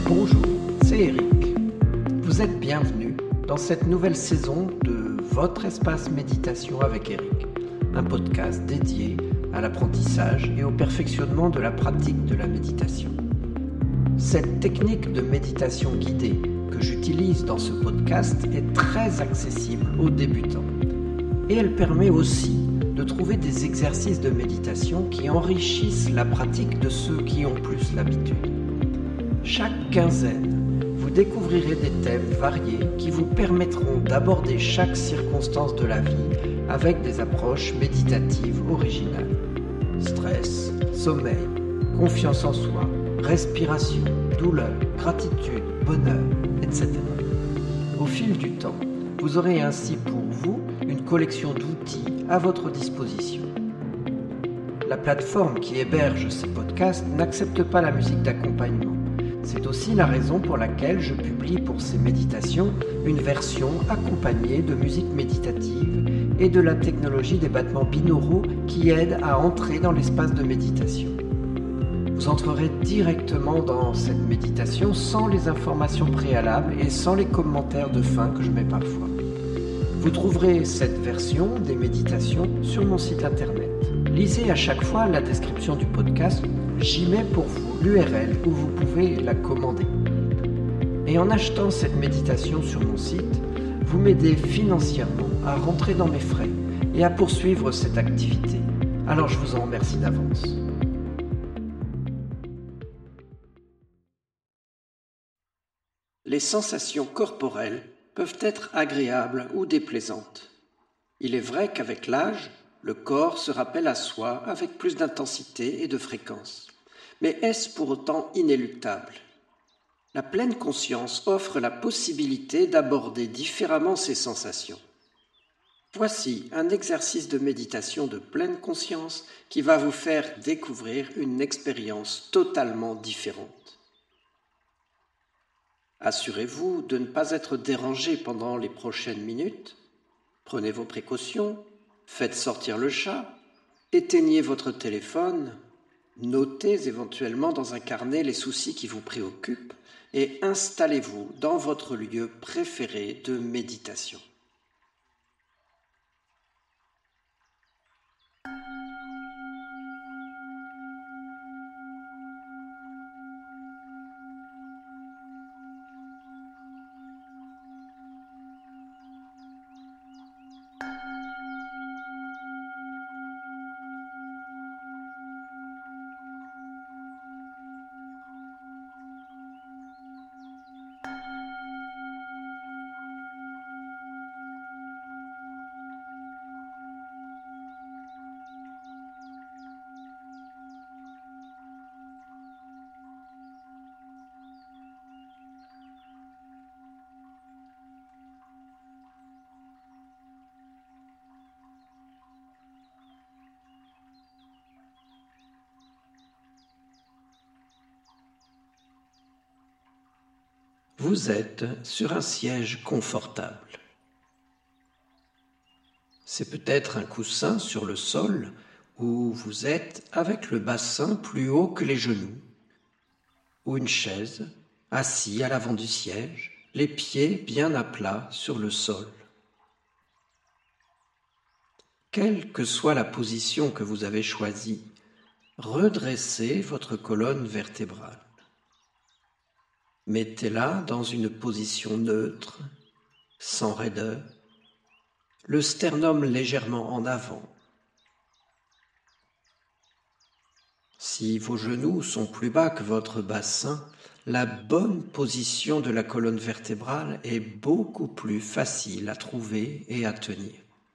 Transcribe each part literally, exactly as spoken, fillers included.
Bonjour, c'est Eric. Vous êtes bienvenus dans cette nouvelle saison de Votre Espace Méditation avec Eric, un podcast dédié à l'apprentissage et au perfectionnement de la pratique de la méditation. Cette technique de méditation guidée que j'utilise dans ce podcast est très accessible aux débutants et elle permet aussi de trouver des exercices de méditation qui enrichissent la pratique de ceux qui ont plus l'habitude. Chaque quinzaine, vous découvrirez des thèmes variés qui vous permettront d'aborder chaque circonstance de la vie avec des approches méditatives originales. Stress, sommeil, confiance en soi, respiration, douleur, gratitude, bonheur, et cetera. Au fil du temps, vous aurez ainsi pour vous une collection d'outils à votre disposition. La plateforme qui héberge ces podcasts n'accepte pas la musique d'accompagnement. C'est aussi la raison pour laquelle je publie pour ces méditations une version accompagnée de musique méditative et de la technologie des battements binauraux qui aide à entrer dans l'espace de méditation. Vous entrerez directement dans cette méditation sans les informations préalables et sans les commentaires de fin que je mets parfois. Vous trouverez cette version des méditations sur mon site internet. Lisez à chaque fois la description du podcast, j'y mets pour vous l'U R L où vous pouvez la commander. Et en achetant cette méditation sur mon site, vous m'aidez financièrement à rentrer dans mes frais et à poursuivre cette activité. Alors je vous en remercie d'avance. Les sensations corporelles peuvent être agréables ou déplaisantes. Il est vrai qu'avec l'âge, le corps se rappelle à soi avec plus d'intensité et de fréquence. Mais est-ce pour autant inéluctable ? La pleine conscience offre la possibilité d'aborder différemment ces sensations. Voici un exercice de méditation de pleine conscience qui va vous faire découvrir une expérience totalement différente. Assurez-vous de ne pas être dérangé pendant les prochaines minutes. Prenez vos précautions, faites sortir le chat, éteignez votre téléphone, notez éventuellement dans un carnet les soucis qui vous préoccupent et installez-vous dans votre lieu préféré de méditation. Vous êtes sur un siège confortable. C'est peut-être un coussin sur le sol où vous êtes avec le bassin plus haut que les genoux, ou une chaise, assis à l'avant du siège, les pieds bien à plat sur le sol. Quelle que soit la position que vous avez choisie, redressez votre colonne vertébrale. Mettez-la dans une position neutre, sans raideur, le sternum légèrement en avant. Si vos genoux sont plus bas que votre bassin, la bonne position de la colonne vertébrale est beaucoup plus facile à trouver et à tenir.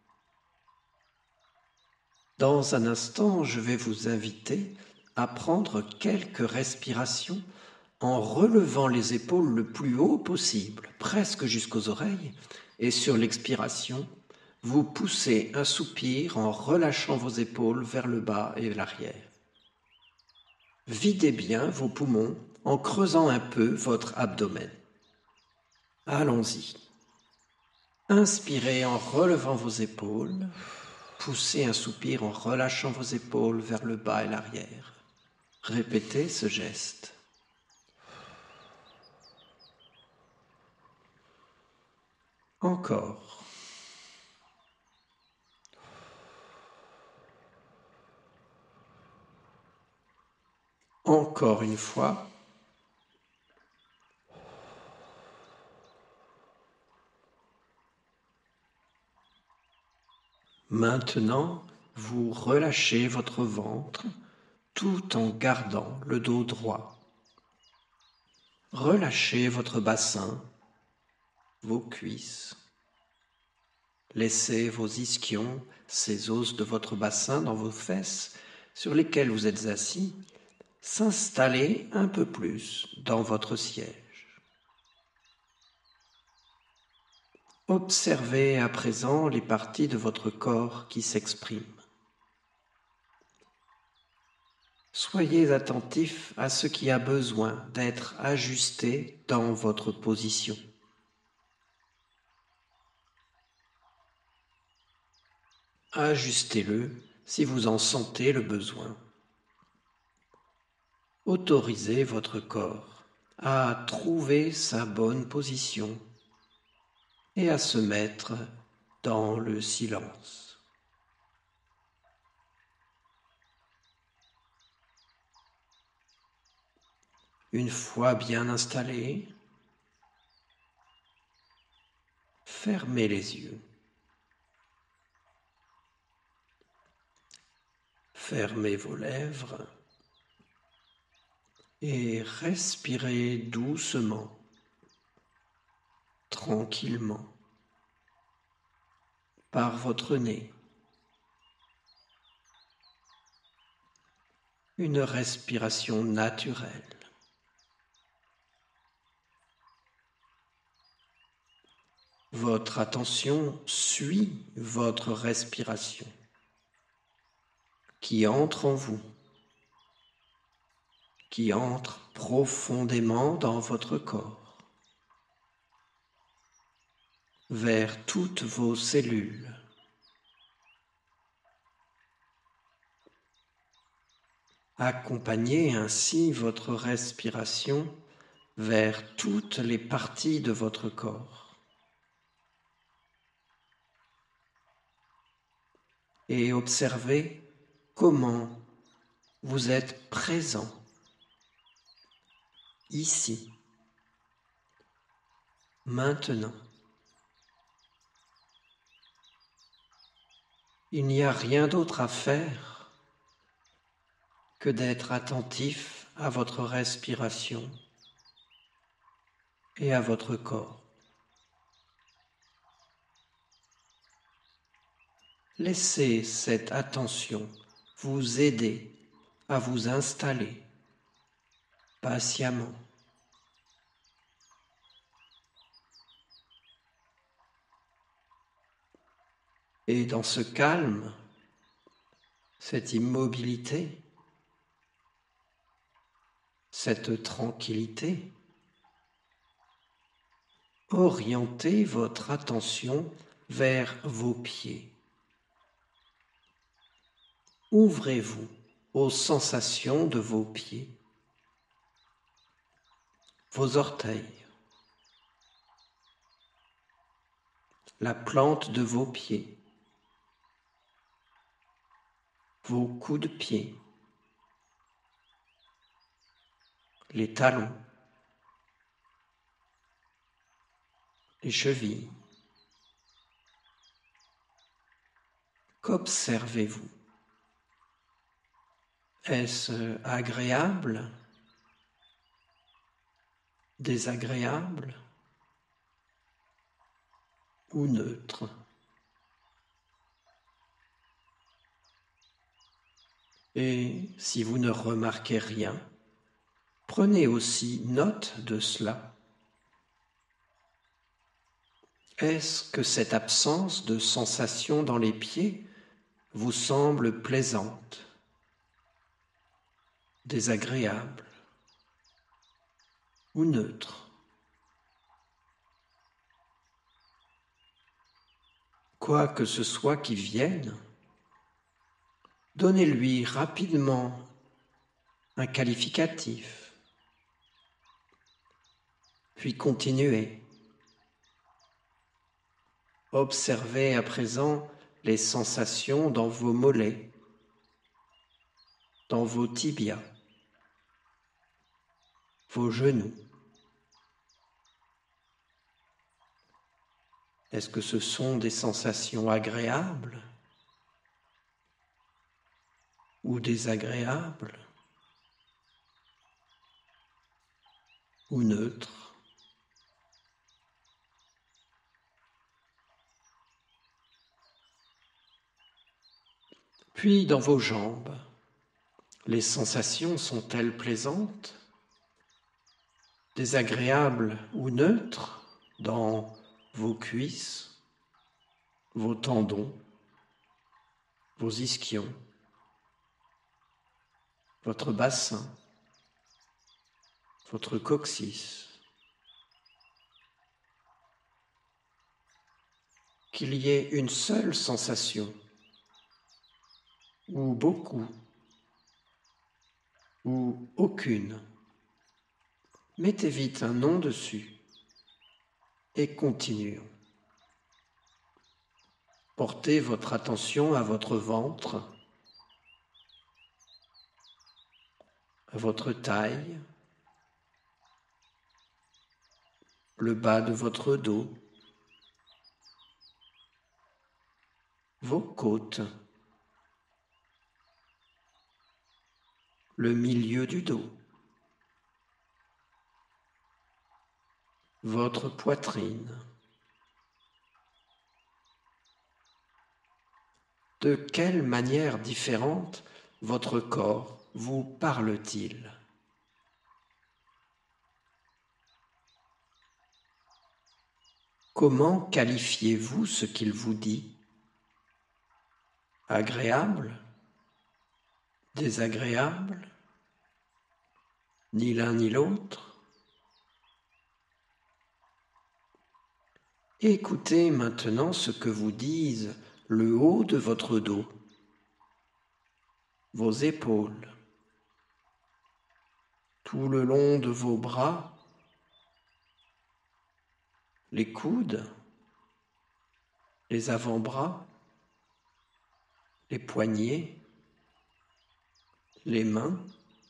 Dans un instant, je vais vous inviter à prendre quelques respirations en relevant les épaules le plus haut possible, presque jusqu'aux oreilles, et sur l'expiration, vous poussez un soupir en relâchant vos épaules vers le bas et l'arrière. Videz bien vos poumons en creusant un peu votre abdomen. Allons-y. Inspirez en relevant vos épaules, poussez un soupir en relâchant vos épaules vers le bas et l'arrière. Répétez ce geste. Encore. Encore une fois. Maintenant, vous relâchez votre ventre tout en gardant le dos droit. Relâchez votre bassin, vos cuisses. Laissez vos ischions, ces os de votre bassin dans vos fesses sur lesquelles vous êtes assis, s'installer un peu plus dans votre siège. Observez à présent les parties de votre corps qui s'expriment. Soyez attentif à ce qui a besoin d'être ajusté dans votre position. Ajustez-le si vous en sentez le besoin. Autorisez votre corps à trouver sa bonne position et à se mettre dans le silence. Une fois bien installé, fermez les yeux. Fermez vos lèvres et respirez doucement, tranquillement, par votre nez. Une respiration naturelle. Votre attention suit votre respiration qui entre en vous, qui entre profondément dans votre corps, vers toutes vos cellules. Accompagnez ainsi votre respiration vers toutes les parties de votre corps. Et observez comment vous êtes présent ici, maintenant. Il n'y a rien d'autre à faire que d'être attentif à votre respiration et à votre corps. Laissez cette attention vous aider à vous installer patiemment. Et dans ce calme, cette immobilité, cette tranquillité, orientez votre attention vers vos pieds. Ouvrez-vous aux sensations de vos pieds, vos orteils, la plante de vos pieds, vos coups de pied, les talons, les chevilles. Qu'observez-vous? Est-ce agréable? Désagréable? Ou neutre? Et si vous ne remarquez rien, prenez aussi note de cela. Est-ce que cette absence de sensation dans les pieds vous semble plaisante, désagréable ou neutre? Quoi que ce soit qui vienne, donnez-lui rapidement un qualificatif, puis continuez. Observez à présent les sensations dans vos mollets, dans vos tibias, vos genoux. Est-ce que ce sont des sensations agréables ou désagréables ou neutres? Puis dans vos jambes, les sensations sont-elles plaisantes, désagréables ou neutres dans vos cuisses, vos tendons, vos ischions, votre bassin, votre coccyx? Qu'il y ait une seule sensation, ou beaucoup, ou aucune. Mettez vite un nom dessus et continuons. Portez votre attention à votre ventre, à votre taille, le bas de votre dos, vos côtes, le milieu du dos, votre poitrine. De quelle manière différente votre corps vous parle-t-il? Comment qualifiez-vous ce qu'il vous dit? Agréable? Désagréable? Ni l'un ni l'autre? Écoutez maintenant ce que vous disent le haut de votre dos, vos épaules, tout le long de vos bras, les coudes, les avant-bras, les poignets, les mains.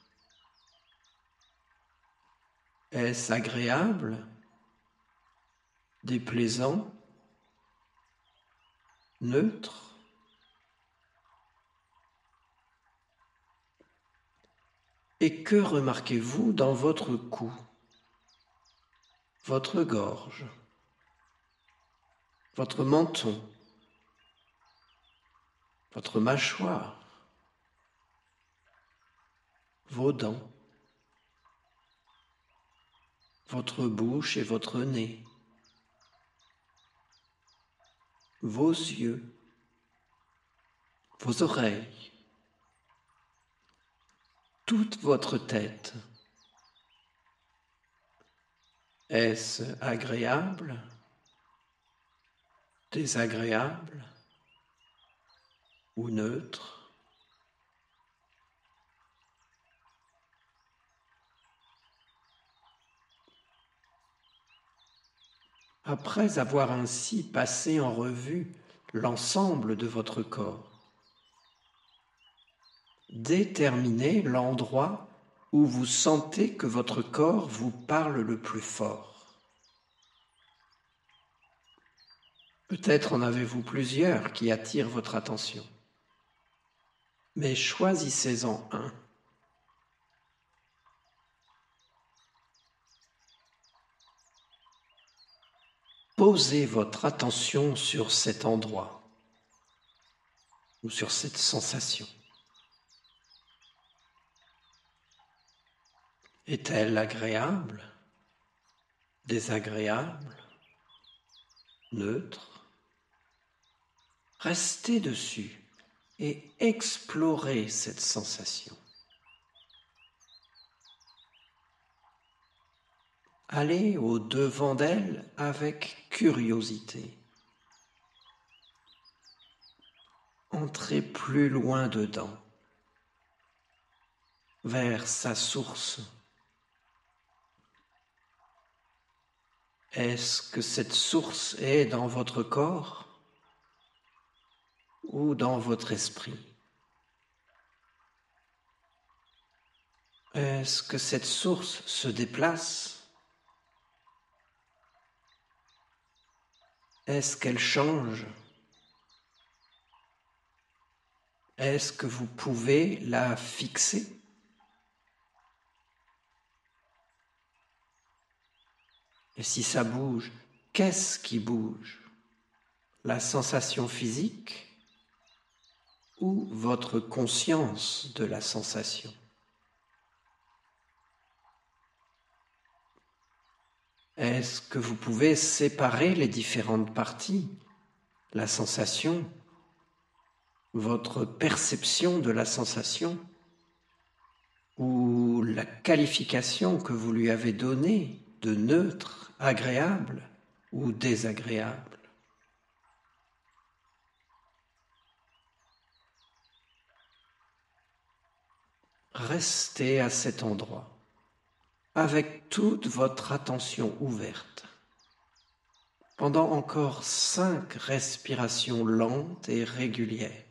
Est-ce agréable, déplaisant, neutre? Et que remarquez-vous dans votre cou, votre gorge, votre menton, votre mâchoire, vos dents, votre bouche et votre nez, vos yeux, vos oreilles, toute votre tête? Est-ce agréable, désagréable ou neutre? Après avoir ainsi passé en revue l'ensemble de votre corps, déterminez l'endroit où vous sentez que votre corps vous parle le plus fort. Peut-être en avez-vous plusieurs qui attirent votre attention, mais choisissez-en un. Posez votre attention sur cet endroit ou sur cette sensation. Est-elle agréable, désagréable, neutre? Restez dessus et explorez cette sensation. Allez au-devant d'elle avec curiosité. Entrez plus loin dedans, vers sa source. Est-ce que cette source est dans votre corps ou dans votre esprit? Est-ce que cette source se déplace? Est-ce qu'elle change? Est-ce que vous pouvez la fixer? Et si ça bouge, qu'est-ce qui bouge? La sensation physique ou votre conscience de la sensation? Est-ce que vous pouvez séparer les différentes parties, la sensation, votre perception de la sensation ou la qualification que vous lui avez donnée de neutre, agréable ou désagréable? Restez à cet endroit avec toute votre attention ouverte pendant encore cinq respirations lentes et régulières.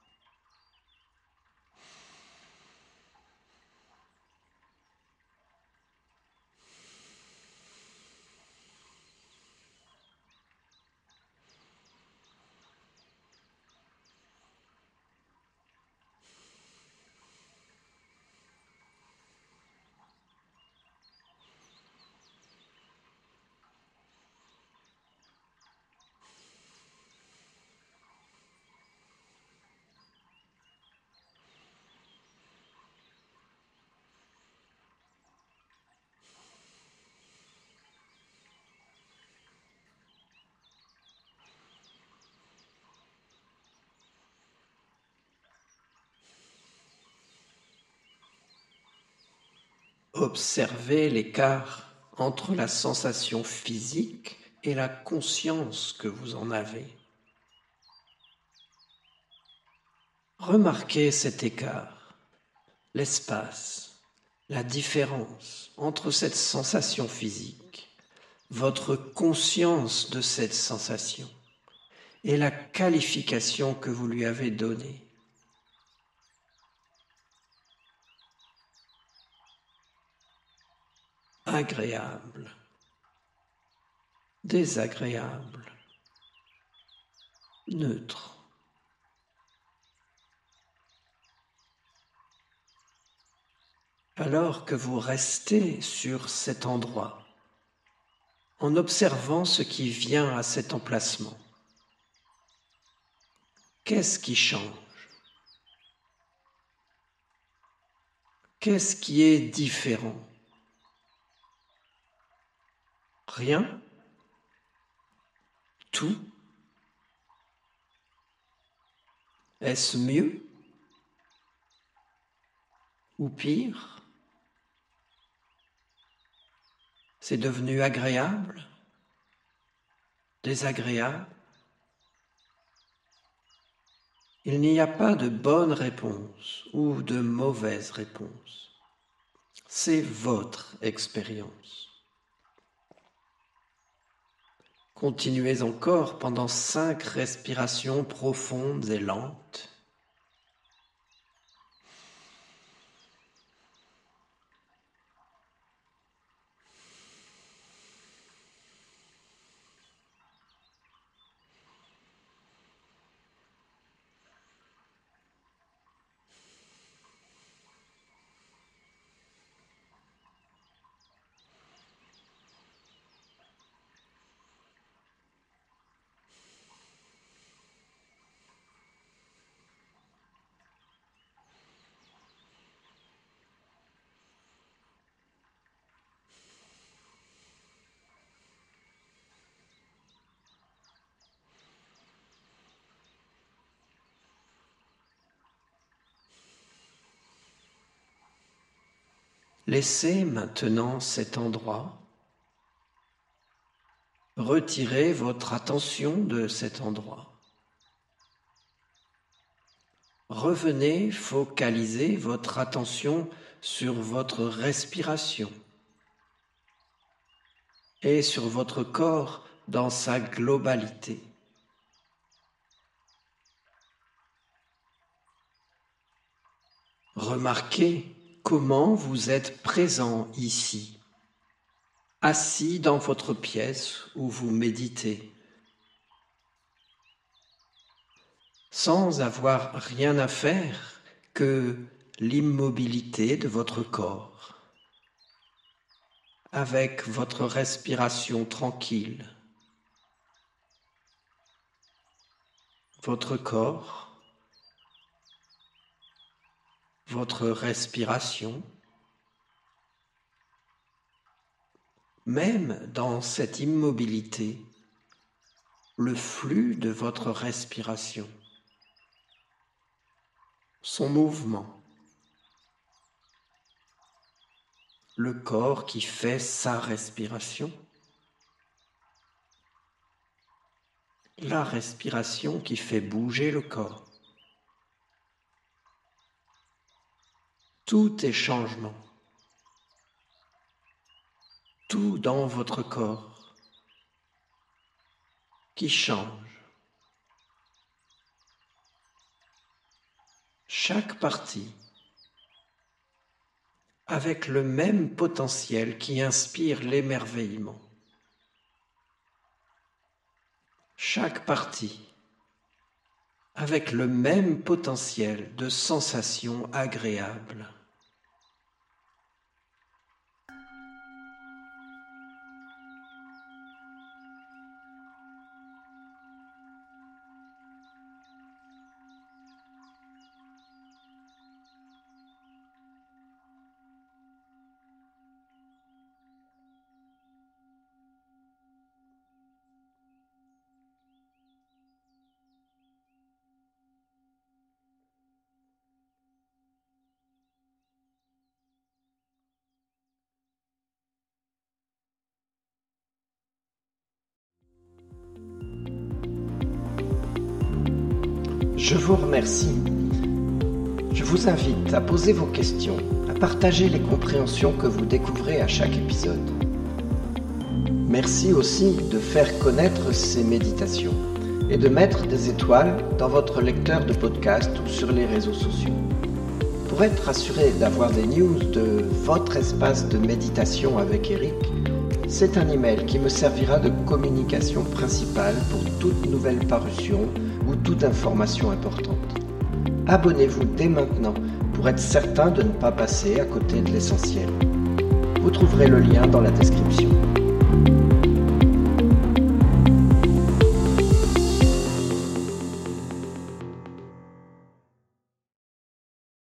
Observez l'écart entre la sensation physique et la conscience que vous en avez. Remarquez cet écart, l'espace, la différence entre cette sensation physique, votre conscience de cette sensation et la qualification que vous lui avez donnée. Agréable, désagréable, neutre. Alors que vous restez sur cet endroit, en observant ce qui vient à cet emplacement, qu'est-ce qui change? Qu'est-ce qui est différent? Rien? Tout? Est-ce mieux? Ou pire? C'est devenu agréable? Désagréable? Il n'y a pas de bonne réponse ou de mauvaise réponse. C'est votre expérience. Continuez encore pendant cinq respirations profondes et lentes. Laissez maintenant cet endroit. Retirez votre attention de cet endroit. Revenez focaliser votre attention sur votre respiration et sur votre corps dans sa globalité. Remarquez comment vous êtes présent ici, assis dans votre pièce où vous méditez, sans avoir rien à faire que l'immobilité de votre corps, avec votre respiration tranquille. Votre corps, votre respiration, même dans cette immobilité, le flux de votre respiration, son mouvement, le corps qui fait sa respiration, la respiration qui fait bouger le corps. Tout est changement. Tout dans votre corps qui change. Chaque partie avec le même potentiel qui inspire l'émerveillement. Chaque partie avec le même potentiel de sensations agréables. Je vous remercie. Je vous invite à poser vos questions, à partager les compréhensions que vous découvrez à chaque épisode. Merci aussi de faire connaître ces méditations et de mettre des étoiles dans votre lecteur de podcast ou sur les réseaux sociaux. Pour être assuré d'avoir des news de votre espace de méditation avec Eric, c'est un email qui me servira de communication principale pour toute nouvelle parution ou toute information importante. Abonnez-vous dès maintenant pour être certain de ne pas passer à côté de l'essentiel. Vous trouverez le lien dans la description.